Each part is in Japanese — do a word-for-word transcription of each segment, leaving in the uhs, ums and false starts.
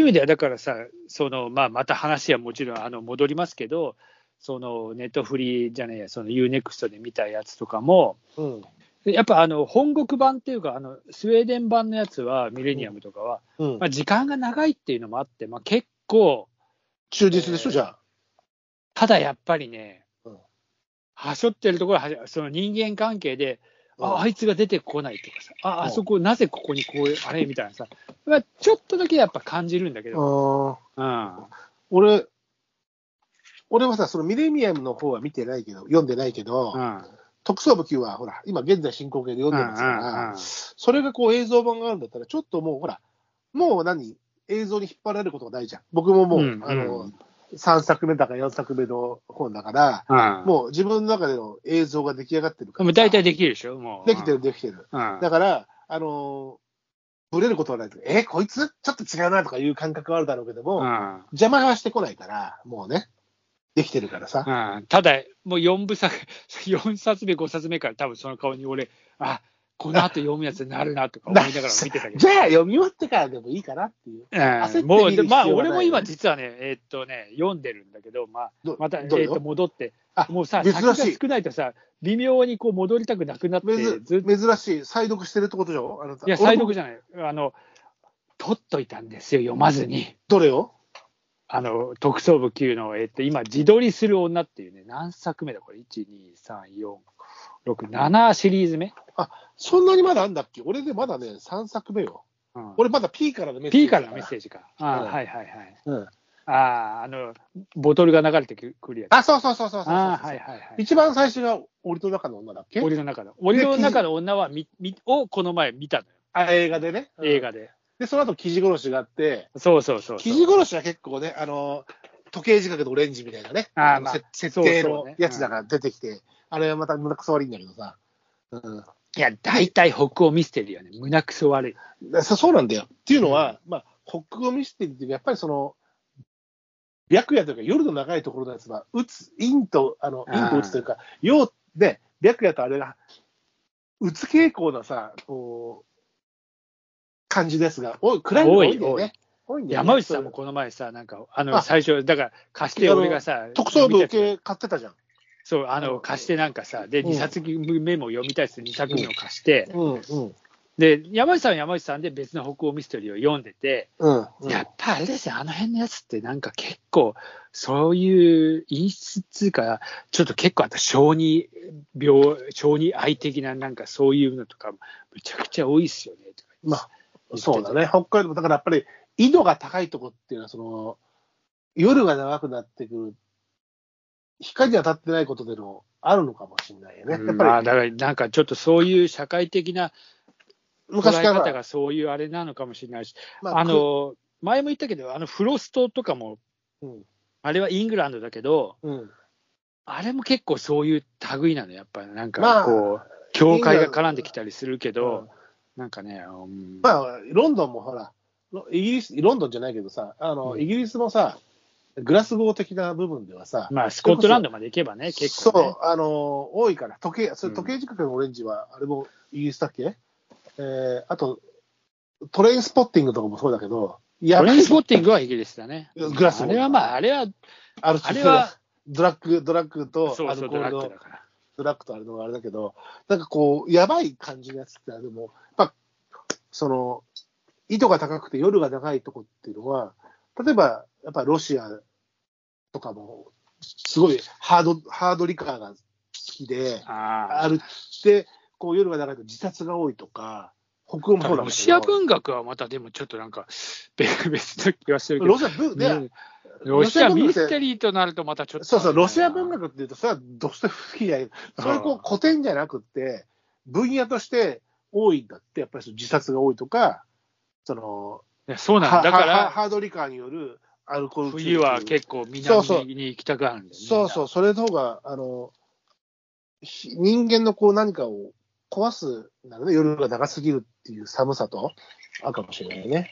味ではだからさ、そのまあ、また話はもちろんあの戻りますけど、そのネットフリじゃねえや、その ユーネクスト で見たやつとかも、 うん、 やっぱあの本国版っていうか、あのスウェーデン版のやつは、ミレニアムとかは、 うん、 まあ、時間が長いっていうのもあって、まあ、結構、 忠実でしょ、 えーじゃあ。 ただやっぱりね、 うんはしょってるところは、その人間関係で、 うんああいつが出てこないとかさ、あうんあそこ、なぜここにこういう、あれみたいなさ、まあ、ちょっとだけやっぱ感じるんだけど、 あうん俺、俺はさ、そのミレニアムの方は見てないけど、読んでないけど、 うん特捜部きゅうは、ほら、今現在進行形で読んでますかうんうんら、 うんそれがこう映像版があるんだったら、ちょっともう、ほら、もう何、映像に引っ張られることがないじゃん。僕ももう、 うんあの、さんさくめだかよんさくめの本だから、 うんもう自分の中での映像が出来上がってるかもうらさ。 大体できるでしょ、もう。 できてる、できてる。 うんだから、あのブレることはないと。え、こいつちょっと違うなとかいう感覚はあるだろうけども、 うん邪魔はしてこないから、もうね、できてるからさ。 うん、ただ、もうよんぶ作、よんさつめ、ごさつめから多分その顔に俺、あ、この後読むやつになるなとか思いながら見てたけど。 じゃあ読み終わってからでもいいかなっていう。焦ってうん、もう、 見る必要まあ、 はないよね俺も今実はね、えーっとね、読んでるんだけど、まあど、 また、えどれよーっと、戻って、 あもうさ、 珍先がしい少ないとさ、微妙にこう戻りたくなくなって、 珍ずっと、い珍しい。再読してるってことでしょあなた。 や、再読じゃゃない。あの、取っといたんですよ、読まずに。 どれをあの、特捜部きゅうの、えっと、今、自撮りする女っていうね、何作目だ、これ。いち、に、さん、よん、ろく、ななシリーズ目。 あ、そんなにまだあんだっけ俺でまだね、さんさくめよ。 うん、 俺まだ P からのメッセージ P からのメッセージか。あ、 うんはいはいはい。 うん。 ああ、あの、ボトルが流れてくるやつ。 あ、そうそうそうそうそうそうあーはいはいはい。 一番最初が檻の中の女だっけ檻の中の。檻の中の女はみみをこの前見たのよ。 あ、映画でね。うん映画で。 で、その後、記事殺しがあって、 そうそうそうそう。 記事殺しは結構ね、あの、時計仕掛けのオレンジみたいなね、 あーまあせ設定のそうそうねやつらが出てきて、あれはまた胸くそ悪いんだけどさ。うん、 いや、大体北欧ミステリーはね、胸くそ悪い。 だそそうなんだよ。っていうのは、まあ、北欧ミステリーっていうかやっぱりその、白夜というか夜の長いところのやつは、打つ、陰と、あの、陰と打つというか、陽で、白夜とあれが、打つ傾向のさ、こう、感じですが、おい、暗いのが多いんだよね。多いんだよね。 山内さんもこの前さ、なんか、あの、 あ最初、だから貸して俺がさ、 特捜部見たやつ系買ってたじゃん。 そう、ああのの、貸してなんかさ、で、 うんにさつめも読みたいっすにさくめを貸して、 うん、うん。 で、山内さんは山内さんで別の北欧ミステリーを読んでて、 うん、うん。 やっぱあれですよ、あの辺のやつってなんか結構、そういう陰湿っていうか、ちょっと結構あと小児病、小児愛的ななんかそういうのとか、むちゃくちゃ多いっすよね、とかまあ、そうだね。北海道も、だからやっぱり、緯度が高いところっていうのは、その、夜が長くなってくる、光に当たってないことでの、あるのかもしれないよね。やっぱり、 まあ、だからなんかちょっとそういう社会的な捉え昔から方がそういうあれなのかもしれないし、 まああの、前も言ったけど、あのフロストとかも、 うん、 あれはイングランドだけど、 うん。 あれも結構そういう類なの、やっぱりなんまあかこう、教会が絡んできたりするけど、 うんなんかね、うんまあ、ロンドンもほら、イギリス、ロンドンじゃないけどさ、あの、 うんイギリスもさ、グラスゴー的な部分ではさ、 まあ、スコットランドまで行けばね、結構ね。 そう、あの、多いから、時計、それうん時計仕掛けのオレンジは、あれもイギリスだっけえー、あと、トレインスポッティングとかもそうだけど、やトレインスポッティングはイギリスだね。 グラスゴーあれはまあ、あれは、 あるあれは、 ドラッグ、ドラッグとそうそう、ドラアルコールのッグだから。 ドラッグとあれのあれだけど、なんかこう、やばい感じのやつってあるも、やっぱ、その、緯度が高くて夜が長いとこっていうのは、例えば、やっぱロシアとかも、すごいハード、ハードリカーが好きで、 ああるって、こう夜が長いと自殺が多いとか、北欧もそうだけど。 ロシア文学はまたでもちょっとなんか別別の気がするけど、 ロシア文、ねねロシアミ文学ってステリーとなるとまたちょっと。 そうそう、ロシア文学っていうと、それはドストエフスキーじゃない。それこう古典じゃなくって、分野として多いんだって、やっぱりその自殺が多いとか、その、 いやそうなんだ。だかははら、 ハードリカーによるアルコール中毒冬は結構南そうそうに行きたくなるんだよね。 そうそう、それの方が、あの、ひ人間のこう何かを壊すなのね、夜が長すぎるっていう寒さと、あるかもしれないね。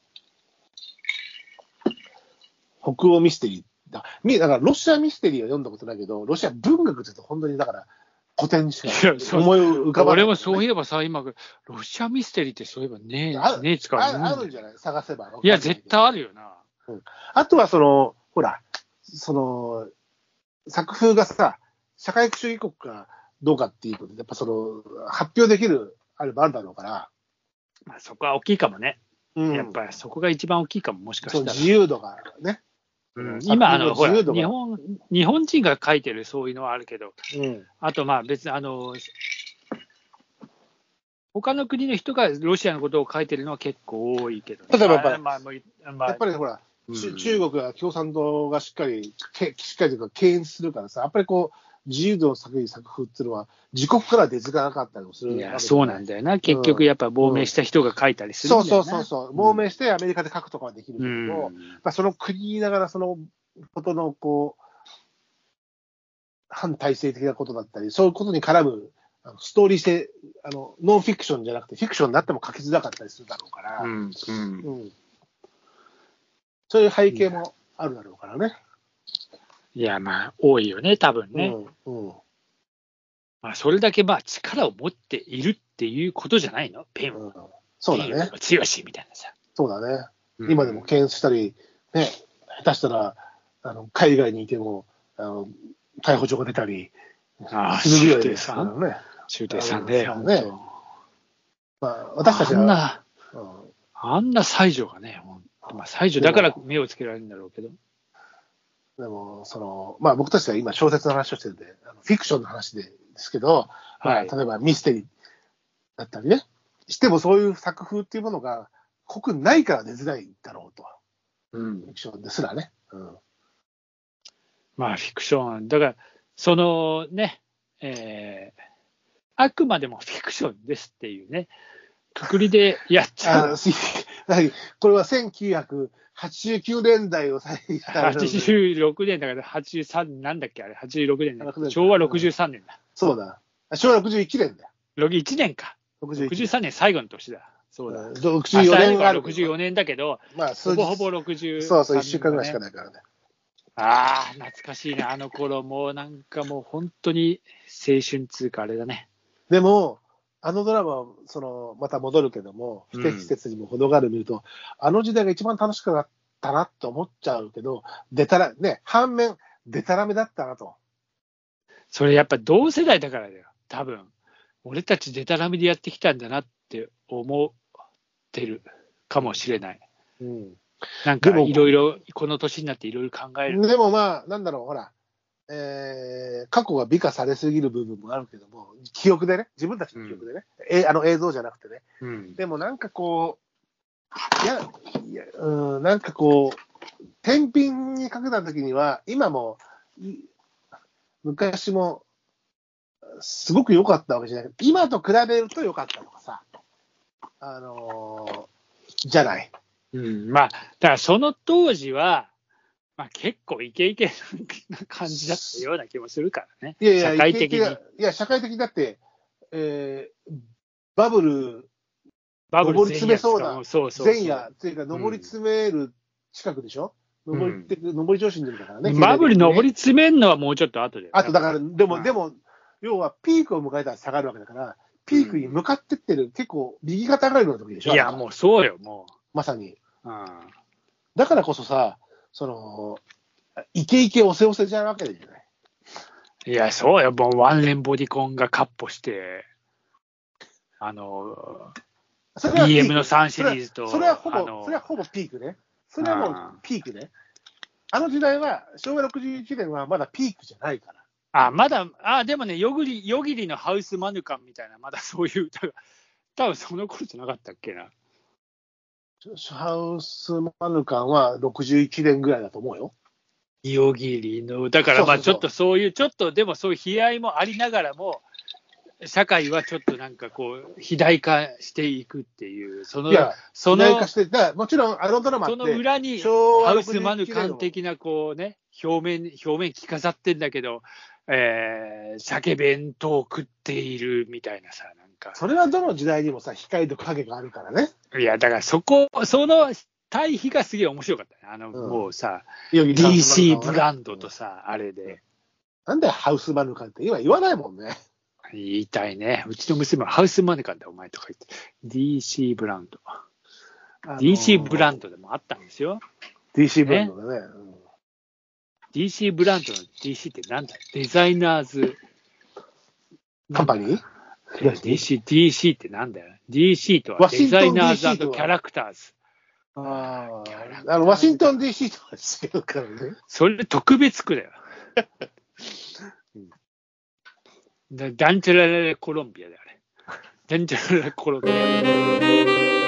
北欧ミステリーだ。みだから、ロシアミステリーは読んだことないけど、ロシア文学って言うと本当にだから、 古典しかいやそう思い浮かばない。 俺もそういえばさ、今、ロシアミステリーってそういえばねあえ、ねえ使うああるんじゃない探せば。 いや、絶対あるよな。 うん、あとは、その、ほら、その、作風がさ、社会主義国かどうかっていうことで、やっぱその、発表できる、あれもあるだろうから、 まあ、そこは大きいかもね。 うん、 やっぱりそこが一番大きいかも、もしかしたら。 自由度がね。 うん、今、あの、ほら、 自由度が日本、日本人が書いてるそういうのはあるけど、 うん、 あと、まあ別に、あの、他の国の人がロシアのことを書いてるのは結構多いけど、ね、 例えばやっぱり、 まあまあまあ、 やっぱりほら、 うん、 中国は共産党がしっかり、けしっかりというか、敬遠するからさ、やっぱりこう、自由度の作品、作風っていうのは、自国から出づらなかったりもする、 いや、そうなんだよな、結局、やっぱ亡命した人が書いたりするんだよな、 うん、そうそうそうそう、亡命してアメリカで書くとかはできるけど、うん、やっぱその国ながら、そのことのこう、反体制的なことだったり、そういうことに絡むストーリー性、あのノンフィクションじゃなくて、フィクションになっても書きづらかったりするだろうから、 うんうんうん、そういう背景もあるだろうからね。 いや、まあ、多いよね、多分ね。 うんうん、 まあ、それだけまあ力を持っているっていうことじゃないの、ペンは。うん、 そうだね。 強しみたいなさ。 そうだね。うん、今でも検出したり、ね、下手したらあの海外にいてもあの逮捕状が出たりするぐらいですからね。 周庭さんね、本当。 まあ、私たちはあんな、うん、あんな西条がね、まあ、西条だから目をつけられるんだろうけど。 でも、その、まあ僕たちは今小説の話をしてるんで、あのフィクションの話でですけど、はい、まあ、例えばミステリーだったりね、してもそういう作風っていうものが濃くないから出づらいんだろうと。うん。フィクションですらね。うん。 まあフィクション、だから、そのね、えー、あくまでもフィクションですっていうね、くくりでやっちゃう。 これはせんきゅうひゃくはちじゅうきゅうねんだいを再現した。 はちじゅうろくねんだからはちじゅうさん、なんだっけあれ、はちじゅうろくねんだ。昭和ろくじゅうさんねんだ。 そうだ。昭和ろくじゅういちねんだよ。 いちねんか。ろくじゅうさんねん最後の年だ。そうだ。 ろくじゅうよねんがろくじゅうよねんだけど、まあ、ほぼほぼろくじゅうさんねん、ね。 そうそう、いっしゅうかんぐらいしかないからね。 ああ、懐かしいな、あの頃もうなんかもう本当に青春つうかあれだね。 でも、あのドラマはそのまた戻るけども、不適切にも程がある見ると、うん、あの時代が一番楽しかったなと思っちゃうけど、でたら、ね、反面、でたらめだったなと。 それやっぱ同世代だからだよ、多分。俺たちでたらめでやってきたんだなって思ってるかもしれない。うん、なんかいろいろ、この年になっていろいろ考える。 でもまあ、なんだろう、ほら、えー、過去が美化されすぎる部分もあるけども、記憶でね、自分たちの記憶でね、うん、えあの映像じゃなくてね、うん、でもなんかこう、いや、いやうん、なんかこう、天秤にかけたときには、今も、昔も、すごく良かったわけじゃないけど、今と比べると良かったとかさ、あのー、じゃない。 うん、まあ、だからその当時は、まあ、結構イケイケな感じだったような気もするからね。 いやいや、 社会的に。 いや、いや社会的だって、えー、バブル、 バブル上り詰めそうな、 そうそう前夜っていうか、上り詰める近くでしょ、うん、上りって、上り調子に出るからね。 バブル上り詰めるのはもうちょっと後で。 あと、だから、でも、うん、でも、要はピークを迎えたら下がるわけだから、ピークに向かってってる、うん、結構、右肩上がりの時でしょ。 いや、もうそうよ、もう。 まさに。 うん、 だからこそさ、その、イケイケおせおせじゃなわけじゃない。 いや、そうよ、もうワンレンボディコンがカッポして、あの、ビーエム のさんシリーズと、 それはほぼ、それはほぼピークね。それはもうピークね。あの時代は、昭和ろくじゅういちねんはまだピークじゃないから。 あ、まだ、あ、でもね、よぎり、よぎりのハウスマヌカンみたいな、まだそういう歌が、多分その頃じゃなかったっけな。 ハウスマヌカンはろくじゅういちねんぐらいだと思うよ。 よぎりの、だからまあちょっとそういう、ちょっとでもそういう悲哀もありながらも、社会はちょっとなんかこう、肥大化していくっていう、その、 いやその、 肥大化してだもちろんあのドラマって、 その裏に、ハウスマヌカン的なこうね、表面、表面着飾ってんだけど、えー、鮭弁当を食っているみたいなさ、なんか。 それはどの時代にもさ、光と影があるからね。 いや、だからそこ、その対比がすげえ面白かったね。あの、うん、もうさ、ディーシー ブランドとさ、あれで。 なんでハウスマヌカンって今言わないもんね。 言いたいね。うちの娘はハウスマネカンだ、お前とか言って。ディーシー ブランド。 あのー、 ディーシー ブランドでもあったんですよ。 ディーシー ブランドだね。うん、 ディーシー ブランドの ディーシー ってなんだ？デザイナーズカンパニー？ ディーシー、ディーシー ってなんだよ。ディーシー とはデザイナーズ&キャラクターズ。 ああ、あの、ワシントン ディーシー とは違うからね。 それ特別区だよ。ダンチャララコロンビアだよ、あれ。ダンチャララコロンビア。